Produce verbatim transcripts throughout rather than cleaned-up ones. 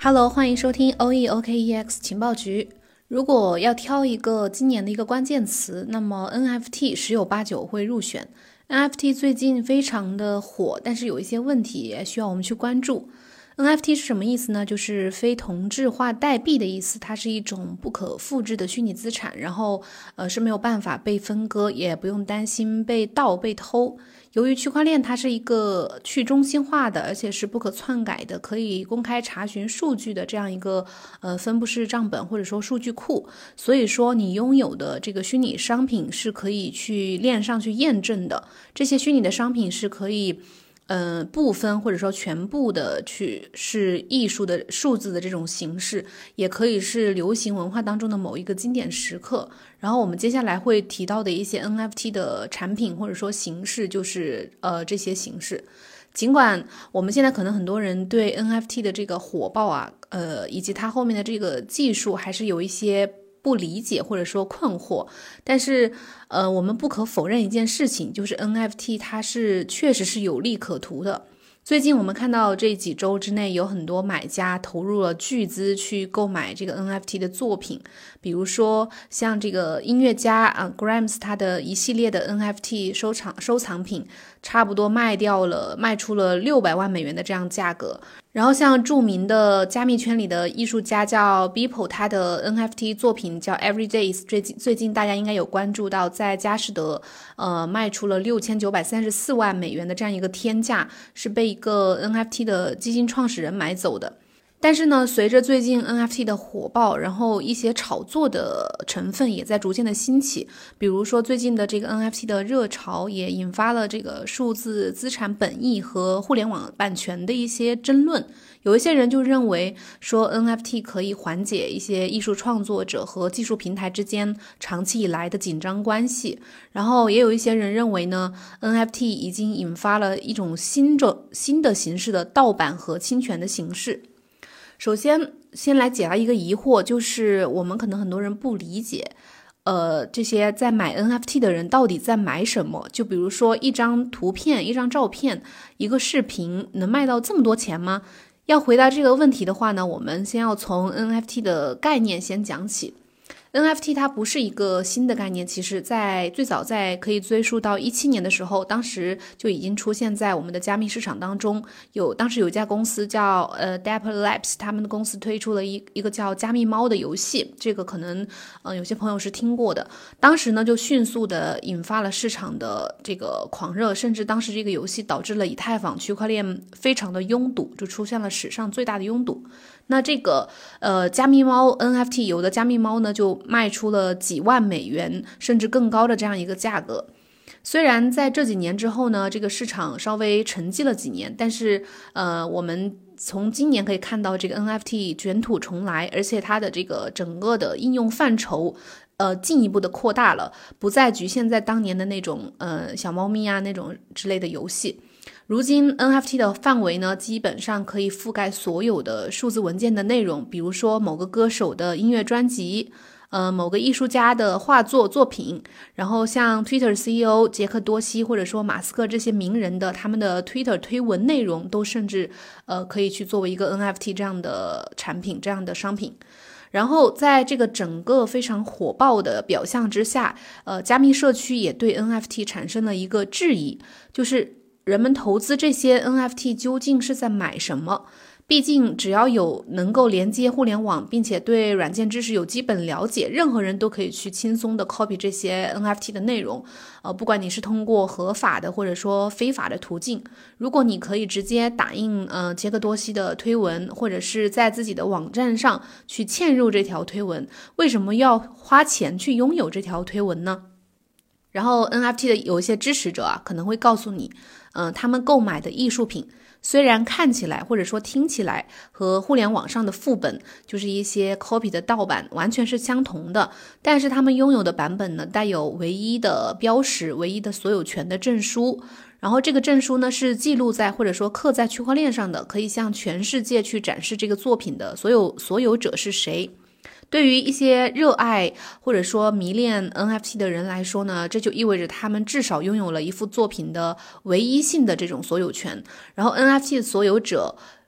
Hello，欢迎收听 O E O K E X 情报局。如果要挑一个今年的一个关键词，那么 N F T 十有八九会入选。N F T 最近非常的火，但是有一些问题也需要我们去关注。N F T 是什么意思呢？就是非同质化代币的意思，它是一种不可复制的虚拟资产，然后呃是没有办法被分割，也不用担心被盗被偷。由于区块链它是一个去中心化的，而且是不可篡改的，可以公开查询数据的这样一个呃分布式账本或者说数据库，所以说你拥有的这个虚拟商品是可以去链上去验证的，这些虚拟的商品是可以呃，部分或者说全部的去是艺术的数字的这种形式，也可以是流行文化当中的某一个经典时刻。然后我们接下来会提到的一些 N F T 的产品或者说形式，就是呃这些形式。尽管我们现在可能很多人对 N F T 的这个火爆啊，呃，以及它后面的这个技术还是有一些不理解或者说困惑，但是呃，我们不可否认一件事情，就是 N F T 它是确实是有利可图的。最近我们看到这几周之内有很多买家投入了巨资去购买这个 N F T 的作品，比如说像这个音乐家啊 Grimes 他的一系列的 N F T 收藏收藏品，差不多卖掉了卖出了六百万美元的这样价格。然后像著名的加密圈里的艺术家叫 Beeple， 他的 N F T 作品叫 Everydays， 最近最近大家应该有关注到，在佳士得呃卖出了六千九百三十四万美元的这样一个天价，是被一个 N F T 的基金创始人买走的。但是呢，随着最近 N F T 的火爆，然后一些炒作的成分也在逐渐的兴起，比如说最近的这个 N F T 的热潮也引发了这个数字资产本意和互联网版权的一些争论。有一些人就认为说 N F T 可以缓解一些艺术创作者和技术平台之间长期以来的紧张关系，然后也有一些人认为呢 N F T 已经引发了一种新的新的形式的盗版和侵权的形式。首先先来解答一个疑惑，就是我们可能很多人不理解呃，这些在买 N F T 的人到底在买什么？就比如说一张图片、一张照片、一个视频能卖到这么多钱吗？要回答这个问题的话呢，我们先要从 N F T 的概念先讲起。N F T 它不是一个新的概念，其实在最早在可以追溯到一七年的时候，当时就已经出现在我们的加密市场当中。有当时有一家公司叫呃 Dapper Labs， 他们的公司推出了一一个叫加密猫的游戏，这个可能呃有些朋友是听过的。当时呢就迅速的引发了市场的这个狂热，甚至当时这个游戏导致了以太坊区块链非常的拥堵，就出现了史上最大的拥堵。那这个呃加密猫 N F T 有的加密猫呢就卖出了几万美元甚至更高的这样一个价格。虽然在这几年之后呢，这个市场稍微沉寂了几年，但是呃我们从今年可以看到这个 N F T 卷土重来，而且它的这个整个的应用范畴呃进一步的扩大了，不再局限在当年的那种呃小猫咪啊那种之类的游戏。如今 N F T 的范围呢，基本上可以覆盖所有的数字文件的内容，比如说某个歌手的音乐专辑，呃，某个艺术家的画作作品，然后像 Twitter C E O 杰克多西或者说马斯克这些名人的他们的 Twitter 推文内容，都甚至呃可以去作为一个 N F T 这样的产品，这样的商品。然后在这个整个非常火爆的表象之下，呃，加密社区也对 N F T 产生了一个质疑，就是人们投资这些 N F T 究竟是在买什么？毕竟只要有能够连接互联网，并且对软件知识有基本了解，任何人都可以去轻松的 copy 这些 N F T 的内容。呃，不管你是通过合法的或者说非法的途径，如果你可以直接打印呃杰克多西的推文，或者是在自己的网站上去嵌入这条推文，为什么要花钱去拥有这条推文呢？然后 N F T 的有一些支持者啊，可能会告诉你，嗯、呃，他们购买的艺术品虽然看起来或者说听起来和互联网上的副本，就是一些 copy 的盗版完全是相同的，但是他们拥有的版本呢，带有唯一的标识、唯一的所有权的证书。然后这个证书呢是记录在或者说刻在区块链上的，可以向全世界去展示这个作品的所有所有者是谁。对于一些热爱或者说迷恋 N F T 的人来说呢，这就意味着他们至少拥有了一幅作品的唯一性的这种所有权。然后 N F T 的所有者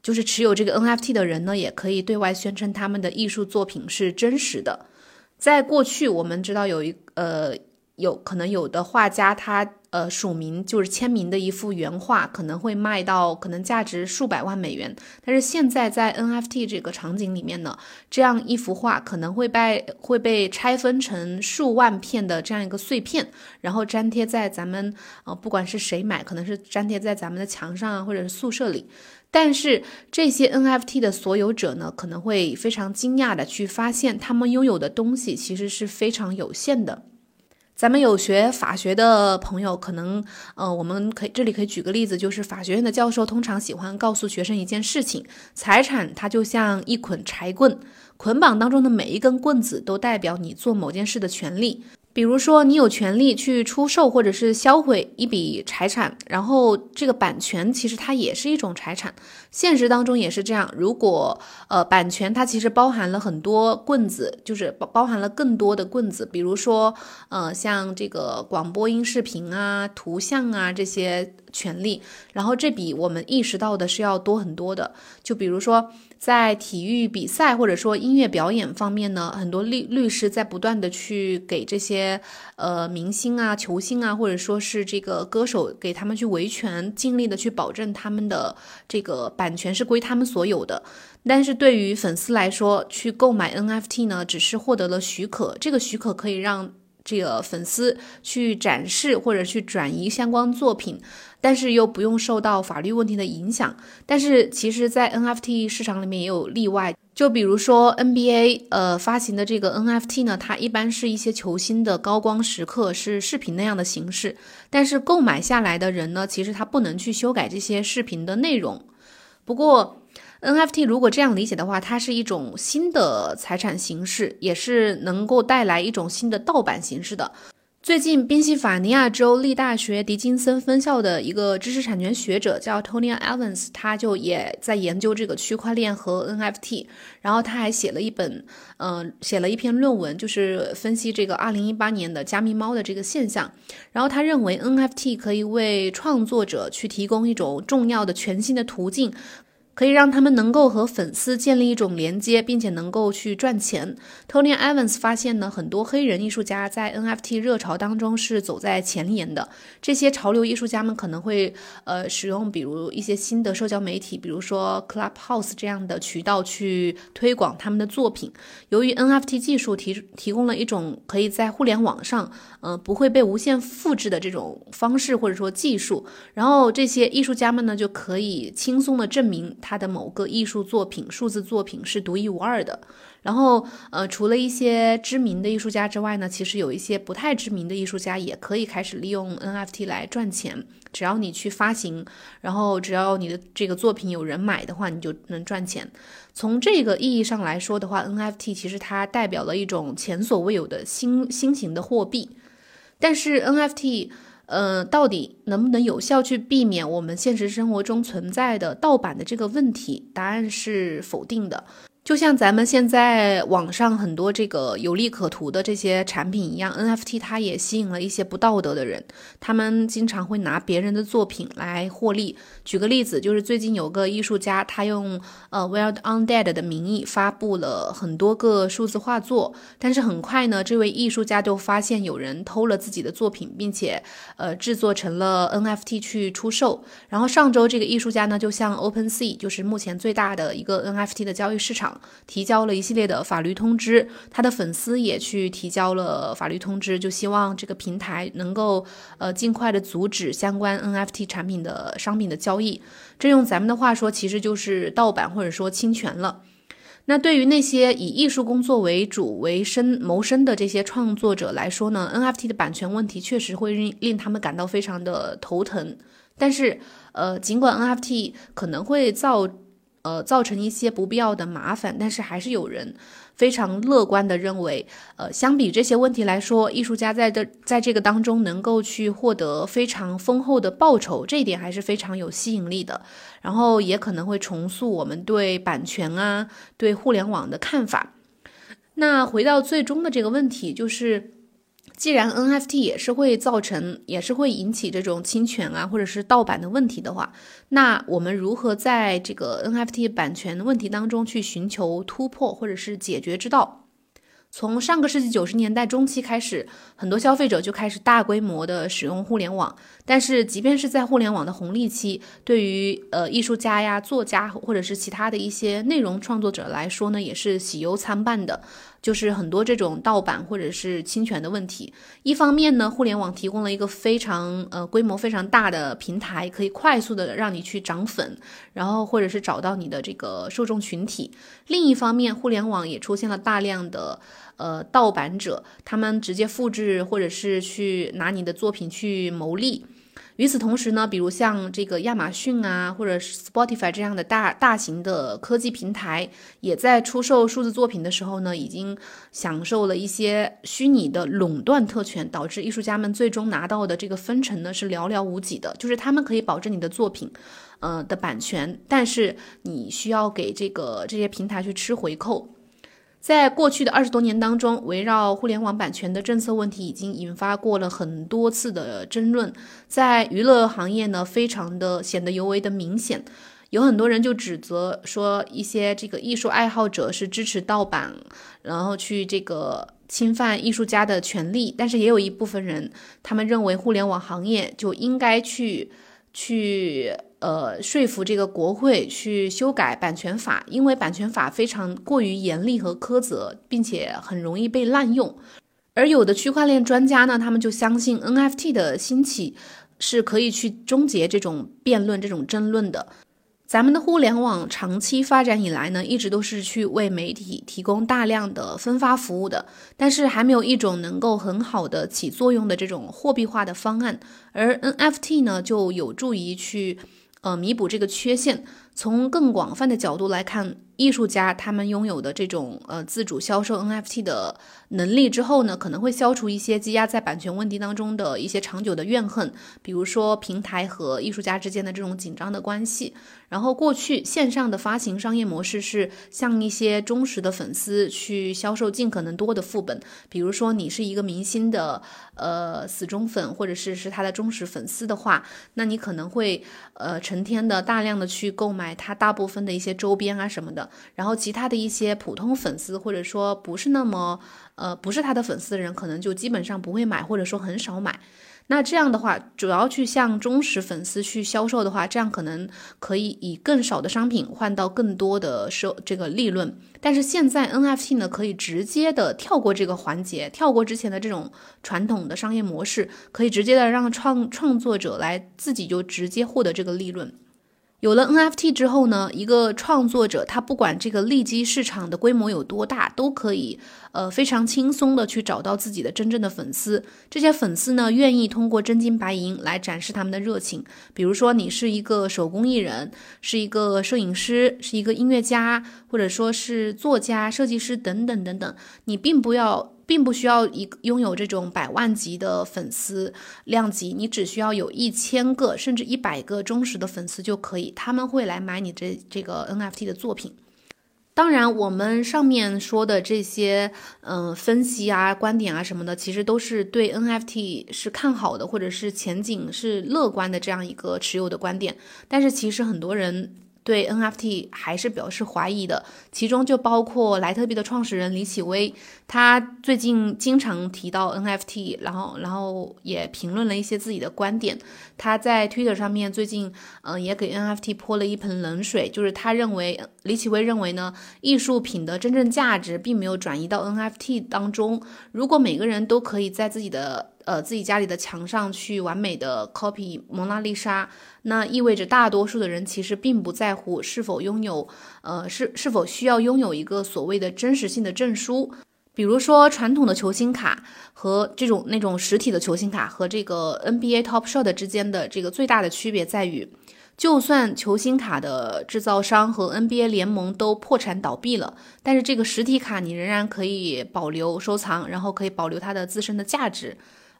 就是持有这个 N F T 的人呢，也可以对外宣称他们的艺术作品是真实的。在过去，我们知道有一呃有可能有的画家他呃署名就是签名的一幅原画可能会卖到可能价值数百万美元，但是现在在 N F T 这个场景里面呢，这样一幅画可能会被会被拆分成数万片的这样一个碎片，然后粘贴在咱们呃不管是谁买，可能是粘贴在咱们的墙上啊，或者是宿舍里。但是这些 N F T 的所有者呢，可能会非常惊讶的去发现，他们拥有的东西其实是非常有限的。咱们有学法学的朋友，可能呃，我们可以这里可以举个例子，就是法学院的教授通常喜欢告诉学生一件事情：财产它就像一捆柴棍，捆绑当中的每一根棍子都代表你做某件事的权利。比如说你有权利去出售或者是销毁一笔财产，然后这个版权其实它也是一种财产，现实当中也是这样。如果呃版权它其实包含了很多棍子，就是包包含了更多的棍子，比如说呃像这个广播音视频啊、图像啊这些权利，然后这比我们意识到的是要多很多的。就比如说在体育比赛或者说音乐表演方面呢，很多律律师在不断的去给这些呃明星啊、球星啊，或者说是这个歌手，给他们去维权，尽力的去保证他们的这个版权是归他们所有的。但是对于粉丝来说，去购买 N F T 呢，只是获得了许可，这个许可可以让这个粉丝去展示或者去转移相关作品，但是又不用受到法律问题的影响。但是其实在 N F T 市场里面也有例外，就比如说 N B A 呃发行的这个 N F T 呢，它一般是一些球星的高光时刻，是视频那样的形式，但是购买下来的人呢，其实他不能去修改这些视频的内容。不过N F T 如果这样理解的话，它是一种新的财产形式，也是能够带来一种新的盗版形式的。最近宾夕法尼亚州立大学迪金森分校的一个知识产权学者叫 Tony Evans， 他就也在研究这个区块链和 N F T， 然后他还写了一本呃，写了一篇论文，就是分析这个二零一八年的加密猫的这个现象。然后他认为 N F T 可以为创作者去提供一种重要的全新的途径，可以让他们能够和粉丝建立一种连接，并且能够去赚钱。Tony Evans 发现呢，很多黑人艺术家在 N F T 热潮当中是走在前沿的。这些潮流艺术家们可能会呃使用比如一些新的社交媒体，比如说 Clubhouse 这样的渠道去推广他们的作品。由于 N F T 技术提提供了一种可以在互联网上呃不会被无限复制的这种方式或者说技术，然后这些艺术家们呢就可以轻松的证明他的某个艺术作品、数字作品是独一无二的。然后呃，除了一些知名的艺术家之外呢，其实有一些不太知名的艺术家也可以开始利用 N F T 来赚钱。只要你去发行，然后只要你的这个作品有人买的话，你就能赚钱。从这个意义上来说的话， N F T 其实它代表了一种前所未有的新新型的货币。但是 N F T呃，到底能不能有效去避免我们现实生活中存在的盗版的这个问题？答案是否定的。就像咱们现在网上很多这个有利可图的这些产品一样， N F T 它也吸引了一些不道德的人，他们经常会拿别人的作品来获利。举个例子，就是最近有个艺术家，他用呃 Wild Undead 的名义发布了很多个数字画作，但是很快呢，这位艺术家就发现有人偷了自己的作品，并且呃制作成了 N F T 去出售。然后上周这个艺术家呢，就向 OpenSea， 就是目前最大的一个 N F T 的交易市场，提交了一系列的法律通知，他的粉丝也去提交了法律通知，就希望这个平台能够呃尽快的阻止相关 N F T 产品的商品的交易。这用咱们的话说，其实就是盗版或者说侵权了。那对于那些以艺术工作为主为生谋生的这些创作者来说呢， N F T 的版权问题确实会令令他们感到非常的头疼。但是呃，尽管 N F T 可能会造呃，造成一些不必要的麻烦，但是还是有人非常乐观的认为，呃，相比这些问题来说，艺术家在这在这个当中能够去获得非常丰厚的报酬，这一点还是非常有吸引力的。然后也可能会重塑我们对版权啊、对互联网的看法。那回到最终的这个问题，就是既然 N F T 也是会造成，也是会引起这种侵权啊，或者是盗版的问题的话，那我们如何在这个 N F T 版权问题当中去寻求突破或者是解决之道？从上个世纪九十年代中期开始，很多消费者就开始大规模的使用互联网。但是，即便是在互联网的红利期，对于呃艺术家呀、作家或者是其他的一些内容创作者来说呢，也是喜忧参半的。就是很多这种盗版或者是侵权的问题。一方面呢，互联网提供了一个非常呃规模非常大的平台，可以快速的让你去涨粉，然后或者是找到你的这个受众群体。另一方面，互联网也出现了大量的呃盗版者，他们直接复制或者是去拿你的作品去牟利。与此同时呢，比如像这个亚马逊啊，或者是 Spotify 这样的大大型的科技平台，也在出售数字作品的时候呢，已经享受了一些虚拟的垄断特权，导致艺术家们最终拿到的这个分成呢是寥寥无几的。就是他们可以保证你的作品呃的版权，但是你需要给这个这些平台去吃回扣。在过去的二十多年当中，围绕互联网版权的政策问题已经引发过了很多次的争论，在娱乐行业呢，非常的显得尤为的明显。有很多人就指责说，一些这个艺术爱好者是支持盗版，然后去这个侵犯艺术家的权利，但是也有一部分人，他们认为互联网行业就应该去去呃说服这个国会去修改版权法，因为版权法非常过于严厉和苛责，并且很容易被滥用。而有的区块链专家呢，他们就相信 N F T 的兴起是可以去终结这种辩论、这种争论的。咱们的互联网长期发展以来呢，一直都是去为媒体提供大量的分发服务的，但是还没有一种能够很好的起作用的这种货币化的方案，而 N F T 呢，就有助于去呃弥补这个缺陷。从更广泛的角度来看，艺术家他们拥有的这种呃自主销售 N F T 的能力之后呢，可能会消除一些积压在版权问题当中的一些长久的怨恨，比如说平台和艺术家之间的这种紧张的关系。然后过去线上的发行商业模式是向一些忠实的粉丝去销售尽可能多的副本，比如说你是一个明星的呃死忠粉，或者是是他的忠实粉丝的话，那你可能会呃成天的大量的去购买他大部分的一些周边啊什么的，然后其他的一些普通粉丝或者说不是那么呃不是他的粉丝的人，可能就基本上不会买，或者说很少买。那这样的话，主要去向忠实粉丝去销售的话，这样可能可以以更少的商品换到更多的收这个利润。但是现在 N F T 呢，可以直接的跳过这个环节，跳过之前的这种传统的商业模式，可以直接的让创创作者来自己就直接获得这个利润。有了 N F T 之后呢，一个创作者他不管这个利基市场的规模有多大，都可以呃非常轻松的去找到自己的真正的粉丝。这些粉丝呢，愿意通过真金白银来展示他们的热情。比如说你是一个手工艺人，是一个摄影师，是一个音乐家，或者说是作家、设计师等等等等，你并不要并不需要一拥有这种百万级的粉丝量级，你只需要有一千个甚至一百个忠实的粉丝就可以，他们会来买你这这个 N F T 的作品。当然我们上面说的这些嗯、呃、分析啊观点啊什么的，其实都是对 N F T 是看好的，或者是前景是乐观的这样一个持有的观点。但是其实很多人对 N F T 还是表示怀疑的，其中就包括莱特币的创始人李启微，他最近经常提到 N F T， 然后然后也评论了一些自己的观点。他在 Twitter 上面最近嗯、呃、也给 N F T 泼了一盆冷水，就是他认为李启微认为呢，艺术品的真正价值并没有转移到 N F T 当中。如果每个人都可以在自己的呃，自己家里的墙上去完美的 copy 蒙娜丽莎，那意味着大多数的人其实并不在乎是否拥有，呃，是是否需要拥有一个所谓的真实性的证书。比如说传统的球星卡和这种那种实体的球星卡和这个 N B A Top Shot 之间的这个最大的区别在于，就算球星卡的制造商和 N B A 联盟都破产倒闭了，但是这个实体卡你仍然可以保留收藏，然后可以保留它的自身的价值。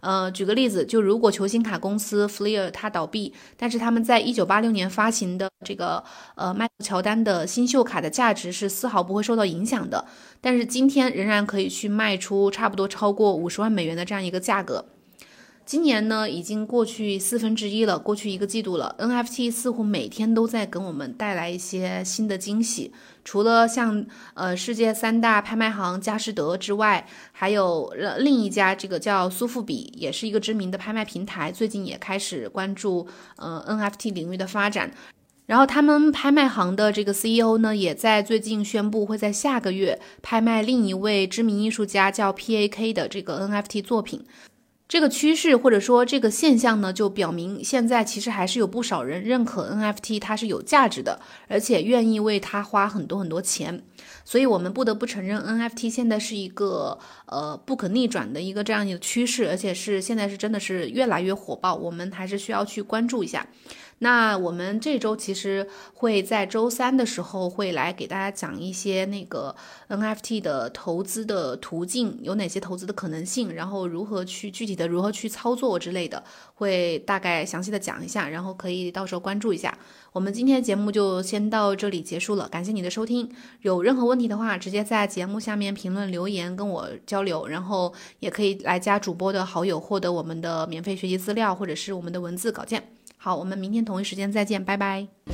呃，举个例子，就如果球星卡公司 Fleer 它倒闭，但是他们在一九八六年发行的这个呃迈克乔丹的新秀卡的价值是丝毫不会受到影响的，但是今天仍然可以去卖出差不多超过五十万美元的这样一个价格。今年呢，已经过去四分之一了，过去一个季度了。N F T 似乎每天都在给我们带来一些新的惊喜。除了像呃世界三大拍卖行佳士得之外，还有另一家这个叫苏富比，也是一个知名的拍卖平台，最近也开始关注呃 N F T 领域的发展。然后他们拍卖行的这个 C E O 呢，也在最近宣布会在下个月拍卖另一位知名艺术家叫 P A K 的这个 N F T 作品。这个趋势或者说这个现象呢，就表明现在其实还是有不少人认可 N F T 它是有价值的，而且愿意为它花很多很多钱。所以我们不得不承认 N F T 现在是一个呃不可逆转的一个这样一个趋势，而且是现在是真的是越来越火爆，我们还是需要去关注一下。那我们这周其实会在周三的时候会来给大家讲一些那个 N F T 的投资的途径，有哪些投资的可能性，然后如何去具体的如何去操作之类的，会大概详细的讲一下，然后可以到时候关注一下。我们今天的节目就先到这里结束了，感谢你的收听。有任何问题的话，直接在节目下面评论留言跟我交流，然后也可以来加主播的好友，获得我们的免费学习资料或者是我们的文字稿件。好，我们明天同一时间再见，拜拜。